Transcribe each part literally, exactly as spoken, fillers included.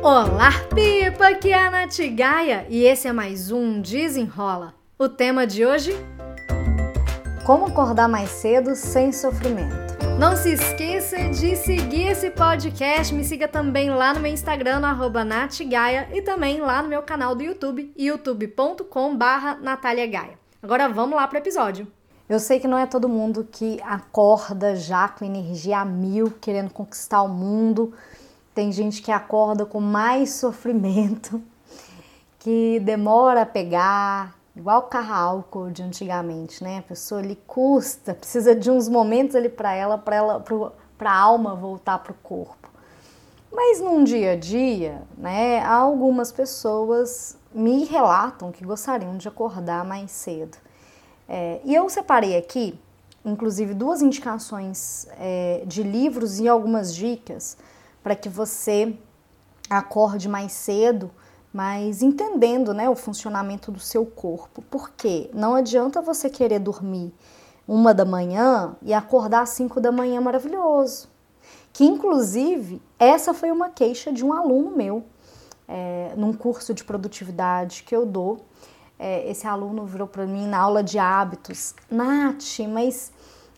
Olá, Pipa! Aqui é a Nath Gaia e esse é mais um Desenrola. O tema de hoje? Como acordar mais cedo sem sofrimento. Não se esqueça de seguir esse podcast, me siga também lá no meu Instagram, no arroba Nath Gaia, e também lá no meu canal do YouTube, youtube ponto com barra Natália Gaia. Agora vamos lá pro episódio. Eu sei que não é todo mundo que acorda já com energia a mil, querendo conquistar o mundo. Tem gente que acorda com mais sofrimento, que demora a pegar, igual o carro álcool de antigamente, né? A pessoa ali custa, precisa de uns momentos ali para ela, para ela, para a alma voltar para o corpo. Mas num dia a dia, né, algumas pessoas me relatam que gostariam de acordar mais cedo. É, e eu separei aqui, inclusive, duas indicações é, de livros e algumas dicas para que você acorde mais cedo, mas entendendo, né, o funcionamento do seu corpo. Porque não adianta você querer dormir uma da manhã e acordar às cinco da manhã maravilhoso. Que, inclusive, essa foi uma queixa de um aluno meu, é, num curso de produtividade que eu dou. É, esse aluno virou para mim na aula de hábitos: Nath, mas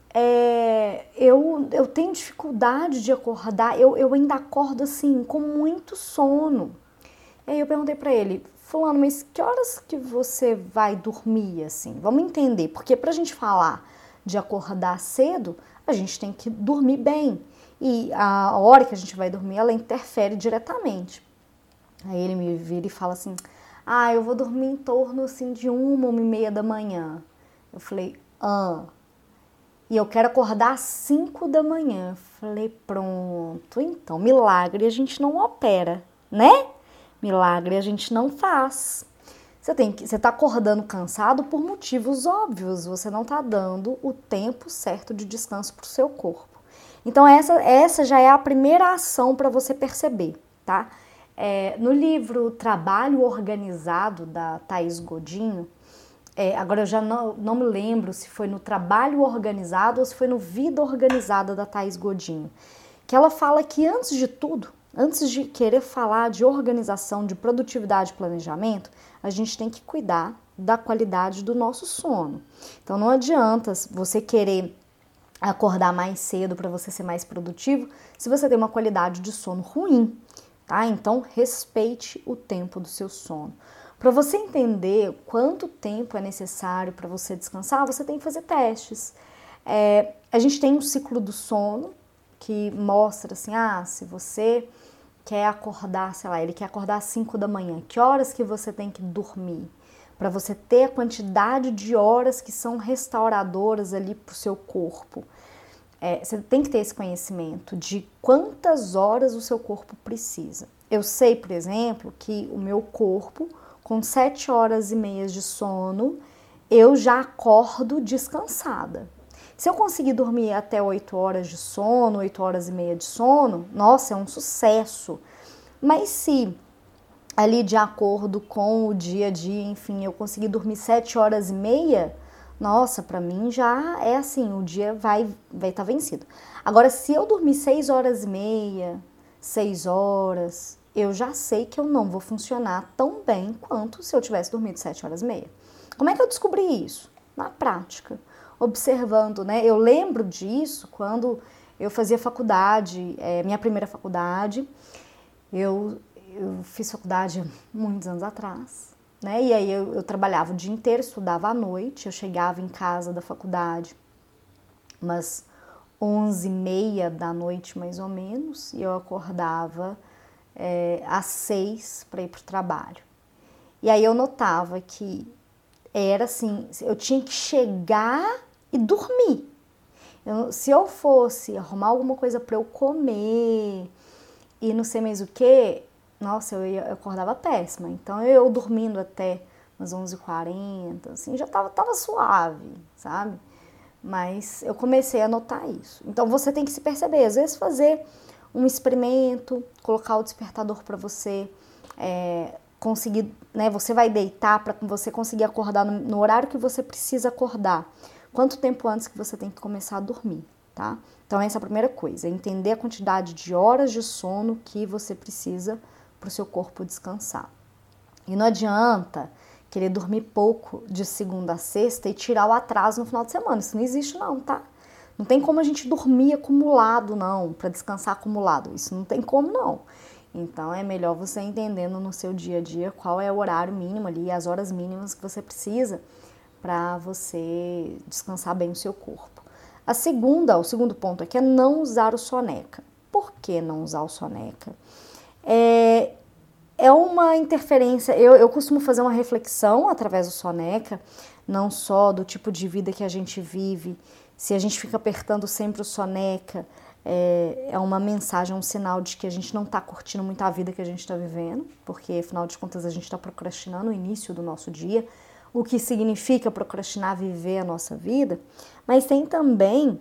é, eu, eu tenho dificuldade de acordar, eu, eu ainda acordo assim com muito sono. E aí eu perguntei para ele: fulano, mas que horas que você vai dormir assim? Vamos entender, porque pra gente falar de acordar cedo, a gente tem que dormir bem. E a hora que a gente vai dormir, ela interfere diretamente. Aí ele me vira e fala assim: ah, eu vou dormir em torno assim de uma, uma e meia da manhã. Eu falei: ah, e eu quero acordar às cinco da manhã. Eu falei: pronto, então, milagre a gente não opera, né? Milagre a gente não faz. Você tem que, você tá acordando cansado por motivos óbvios, você não tá dando o tempo certo de descanso pro seu corpo. Então essa, essa já é a primeira ação para você perceber, tá? É, no livro Trabalho Organizado, da Thaís Godinho, é, agora eu já não, não me lembro se foi no Trabalho Organizado ou se foi no Vida Organizada, da Thaís Godinho, que ela fala que antes de tudo, antes de querer falar de organização, de produtividade e planejamento, a gente tem que cuidar da qualidade do nosso sono. Então não adianta você querer acordar mais cedo para você ser mais produtivo se você tem uma qualidade de sono ruim. Tá? Então, respeite o tempo do seu sono. Para você entender quanto tempo é necessário para você descansar, você tem que fazer testes. É, a gente tem um ciclo do sono que mostra assim, ah, se você quer acordar, sei lá, ele quer acordar às cinco da manhã, que horas que você tem que dormir? Para você ter a quantidade de horas que são restauradoras ali para o seu corpo. É, você tem que ter esse conhecimento de quantas horas o seu corpo precisa. Eu sei, por exemplo, que o meu corpo, com sete horas e meia de sono, eu já acordo descansada. Se eu conseguir dormir até oito horas de sono, oito horas e meia de sono, nossa, é um sucesso. Mas se ali de acordo com o dia a dia, enfim, eu conseguir dormir sete horas e meia, nossa, pra mim já é assim, o dia vai vai estar vencido. Agora, se eu dormir seis horas e meia, seis horas, eu já sei que eu não vou funcionar tão bem quanto se eu tivesse dormido sete horas e meia. Como é que eu descobri isso? Na prática, observando, né? Eu lembro disso quando eu fazia faculdade, é, minha primeira faculdade, eu, eu fiz faculdade muitos anos atrás. Né? E aí eu, eu trabalhava o dia inteiro, estudava à noite, eu chegava em casa da faculdade umas onze e meia da noite mais ou menos, e eu acordava é, às seis para ir para o trabalho. E aí eu notava que era assim, eu tinha que chegar e dormir. Eu, se eu fosse arrumar alguma coisa para eu comer e não sei mais o que, nossa, eu, ia, eu acordava péssima. Então, eu dormindo até umas onze e quarenta, assim, já tava, tava suave, sabe? Mas eu comecei a notar isso. Então, você tem que se perceber. Às vezes, fazer um experimento, colocar o despertador para você é, conseguir, né? Você vai deitar para você conseguir acordar no, no horário que você precisa acordar. Quanto tempo antes que você tem que começar a dormir, tá? Então, essa é a primeira coisa. Entender a quantidade de horas de sono que você precisa para o seu corpo descansar. E não adianta querer dormir pouco de segunda a sexta e tirar o atraso no final de semana. Isso não existe não, tá? Não tem como a gente dormir acumulado, não, para descansar acumulado. Isso não tem como, não. Então, é melhor você entendendo no seu dia a dia qual é o horário mínimo ali, as horas mínimas que você precisa para você descansar bem o seu corpo. A segunda, o segundo ponto aqui é não usar o soneca. Por que não usar o soneca? É... É uma interferência, eu, eu costumo fazer uma reflexão através do soneca, não só do tipo de vida que a gente vive, se a gente fica apertando sempre o soneca, é, é uma mensagem, um sinal de que a gente não está curtindo muito a vida que a gente está vivendo, porque afinal de contas a gente está procrastinando o início do nosso dia, o que significa procrastinar viver a nossa vida, mas tem também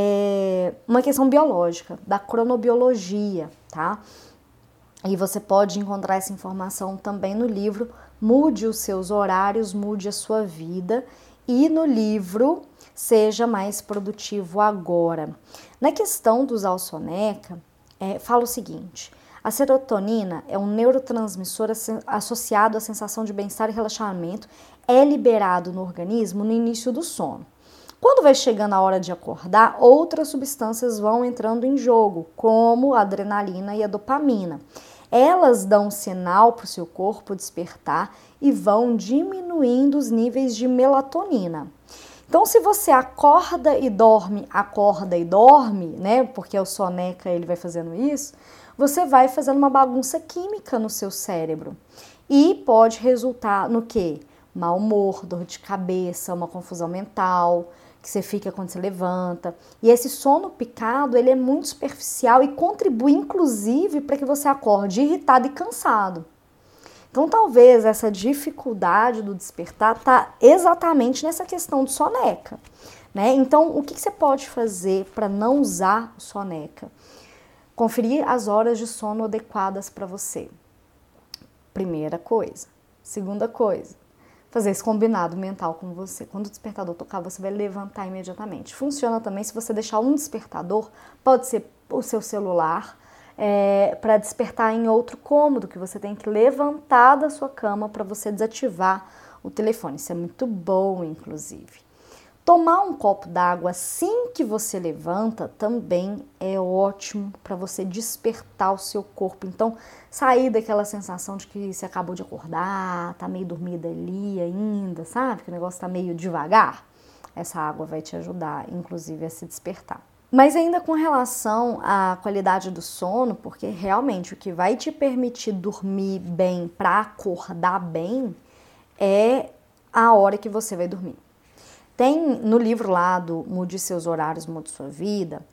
é, uma questão biológica, da cronobiologia, tá? E você pode encontrar essa informação também no livro Mude os seus horários, mude a sua vida, e no livro Seja Mais Produtivo Agora. Na questão do usar o soneca, é, fala o seguinte: a serotonina é um neurotransmissor associado à sensação de bem-estar e relaxamento, é liberado no organismo no início do sono. Quando vai chegando a hora de acordar, outras substâncias vão entrando em jogo, como a adrenalina e a dopamina. Elas dão sinal para o seu corpo despertar e vão diminuindo os níveis de melatonina. Então, se você acorda e dorme, acorda e dorme, né? Porque o soneca ele vai fazendo isso, você vai fazendo uma bagunça química no seu cérebro. E pode resultar no quê? Mau humor, dor de cabeça, uma confusão mental, que você fica quando você levanta. E esse sono picado, ele é muito superficial e contribui, inclusive, para que você acorde irritado e cansado. Então, talvez essa dificuldade do despertar está exatamente nessa questão do soneca, né? Então, o que, que você pode fazer para não usar o soneca? Conferir as horas de sono adequadas para você. Primeira coisa. Segunda coisa, fazer esse combinado mental com você. Quando o despertador tocar, você vai levantar imediatamente. Funciona também se você deixar um despertador, pode ser o seu celular, é, para despertar em outro cômodo, que você tem que levantar da sua cama para você desativar o telefone. Isso é muito bom, inclusive. Tomar um copo d'água assim que você levanta também é ótimo para você despertar o seu corpo. Então, sair daquela sensação de que você acabou de acordar, tá meio dormida ali ainda, sabe? Que o negócio tá meio devagar. Essa água vai te ajudar, inclusive, a se despertar. Mas ainda com relação à qualidade do sono, porque realmente o que vai te permitir dormir bem para acordar bem é a hora que você vai dormir. Tem no livro lá do Mude Seus Horários, Mude Sua Vida,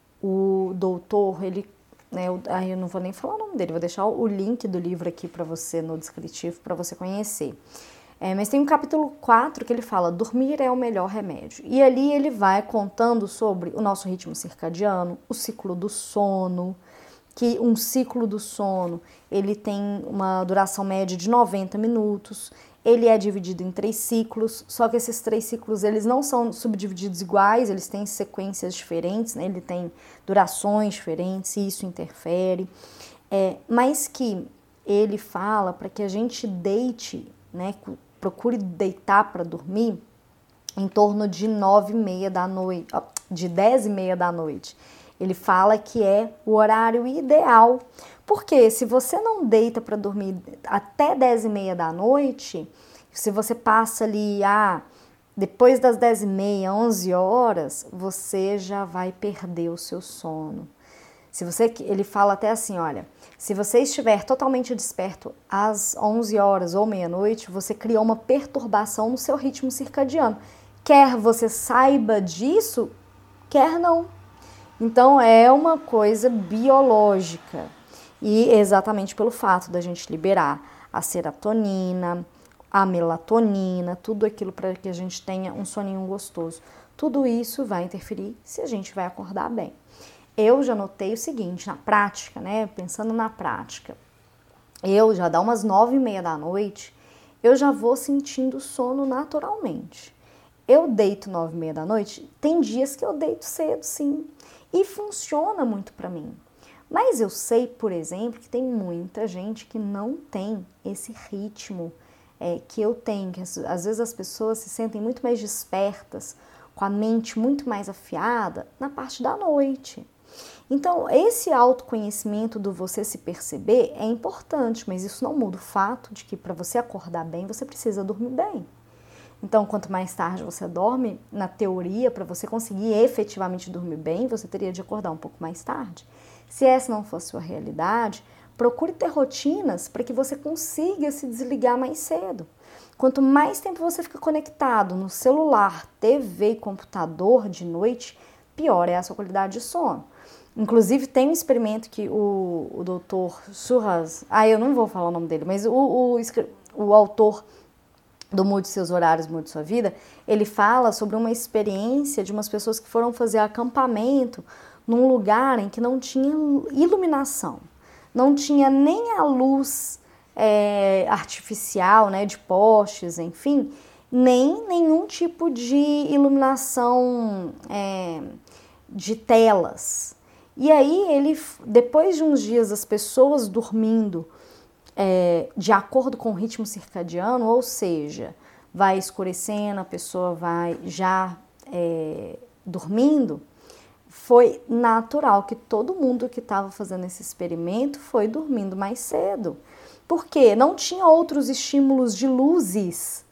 o doutor, ele, né, eu, aí eu não vou nem falar o nome dele, vou deixar o link do livro aqui para você no descritivo, para você conhecer. É, mas tem um capítulo quatro que ele fala, dormir é o melhor remédio. E ali ele vai contando sobre o nosso ritmo circadiano, o ciclo do sono, que um ciclo do sono, ele tem uma duração média de noventa minutos, ele é dividido em três ciclos, só que esses três ciclos, eles não são subdivididos iguais, eles têm sequências diferentes, né? Ele tem durações diferentes, e isso interfere, é, mas que ele fala para que a gente deite, né, procure deitar para dormir em torno de nove e meia da noite, de dez e meia da noite. Ele fala que é o horário ideal, porque se você não deita para dormir até dez e meia da noite, se você passa ali, ah, depois das dez e meia, onze horas, você já vai perder o seu sono. Se você, ele fala até assim, olha, se você estiver totalmente desperto às onze horas ou meia-noite, você criou uma perturbação no seu ritmo circadiano. Quer você saiba disso, quer não. Então, é uma coisa biológica. E exatamente pelo fato da gente liberar a serotonina, a melatonina, tudo aquilo para que a gente tenha um soninho gostoso. Tudo isso vai interferir se a gente vai acordar bem. Eu já notei o seguinte, na prática, né? Pensando na prática, eu já dá umas nove e meia da noite, eu já vou sentindo sono naturalmente. Eu deito nove e meia da noite, tem dias que eu deito cedo, sim, e funciona muito para mim. Mas eu sei, por exemplo, que tem muita gente que não tem esse ritmo é, que eu tenho, que às vezes as pessoas se sentem muito mais despertas, com a mente muito mais afiada na parte da noite. Então, esse autoconhecimento do você se perceber é importante, mas isso não muda o fato de que para você acordar bem, você precisa dormir bem. Então, quanto mais tarde você dorme, na teoria, para você conseguir efetivamente dormir bem, você teria de acordar um pouco mais tarde. Se essa não for a sua realidade, procure ter rotinas para que você consiga se desligar mais cedo. Quanto mais tempo você fica conectado no celular, T V e computador de noite, pior é a sua qualidade de sono. Inclusive, tem um experimento que o, o doutor Suhas, ah, eu não vou falar o nome dele, mas o, o, o autor do Mude Seus Horários, Mude Sua Vida, ele fala sobre uma experiência de umas pessoas que foram fazer acampamento num lugar em que não tinha iluminação, não tinha nem a luz é, artificial, né, de postes, enfim, nem nenhum tipo de iluminação é, de telas. E aí, ele, depois de uns dias, as pessoas dormindo é, de acordo com o ritmo circadiano, ou seja, vai escurecendo, a pessoa vai já é, dormindo, foi natural que todo mundo que estava fazendo esse experimento foi dormindo mais cedo. Porque não tinha outros estímulos de luzes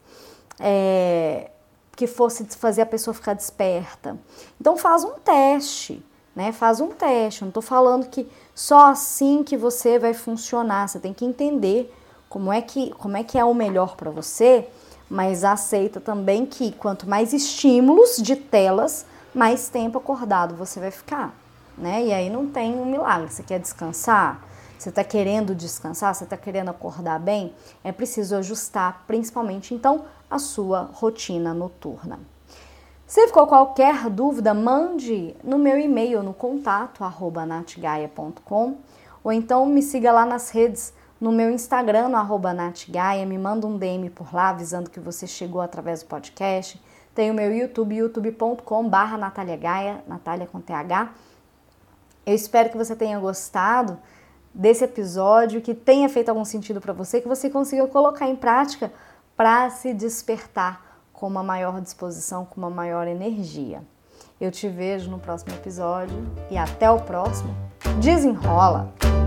é, que fosse fazer a pessoa ficar desperta. Então faz um teste, né? Faz um teste. Eu não estou falando que só assim que você vai funcionar. Você tem que entender como é que, como é, que é o melhor para você, mas aceita também que quanto mais estímulos de telas, mais tempo acordado você vai ficar, né? E aí não tem um milagre. Você quer descansar? Você está querendo descansar? Você está querendo acordar bem? É preciso ajustar, principalmente, então, a sua rotina noturna. Se ficou qualquer dúvida, mande no meu e-mail no contato arroba natgaia ponto com ou então me siga lá nas redes, no meu Instagram, no arroba natgaia, me manda um D M por lá avisando que você chegou através do podcast. Tem o meu YouTube, youtube ponto com barra Natália Gaia, Natália com T H. Eu espero que você tenha gostado desse episódio, que tenha feito algum sentido para você, que você consiga colocar em prática para se despertar com uma maior disposição, com uma maior energia. Eu te vejo no próximo episódio e até o próximo. Desenrola!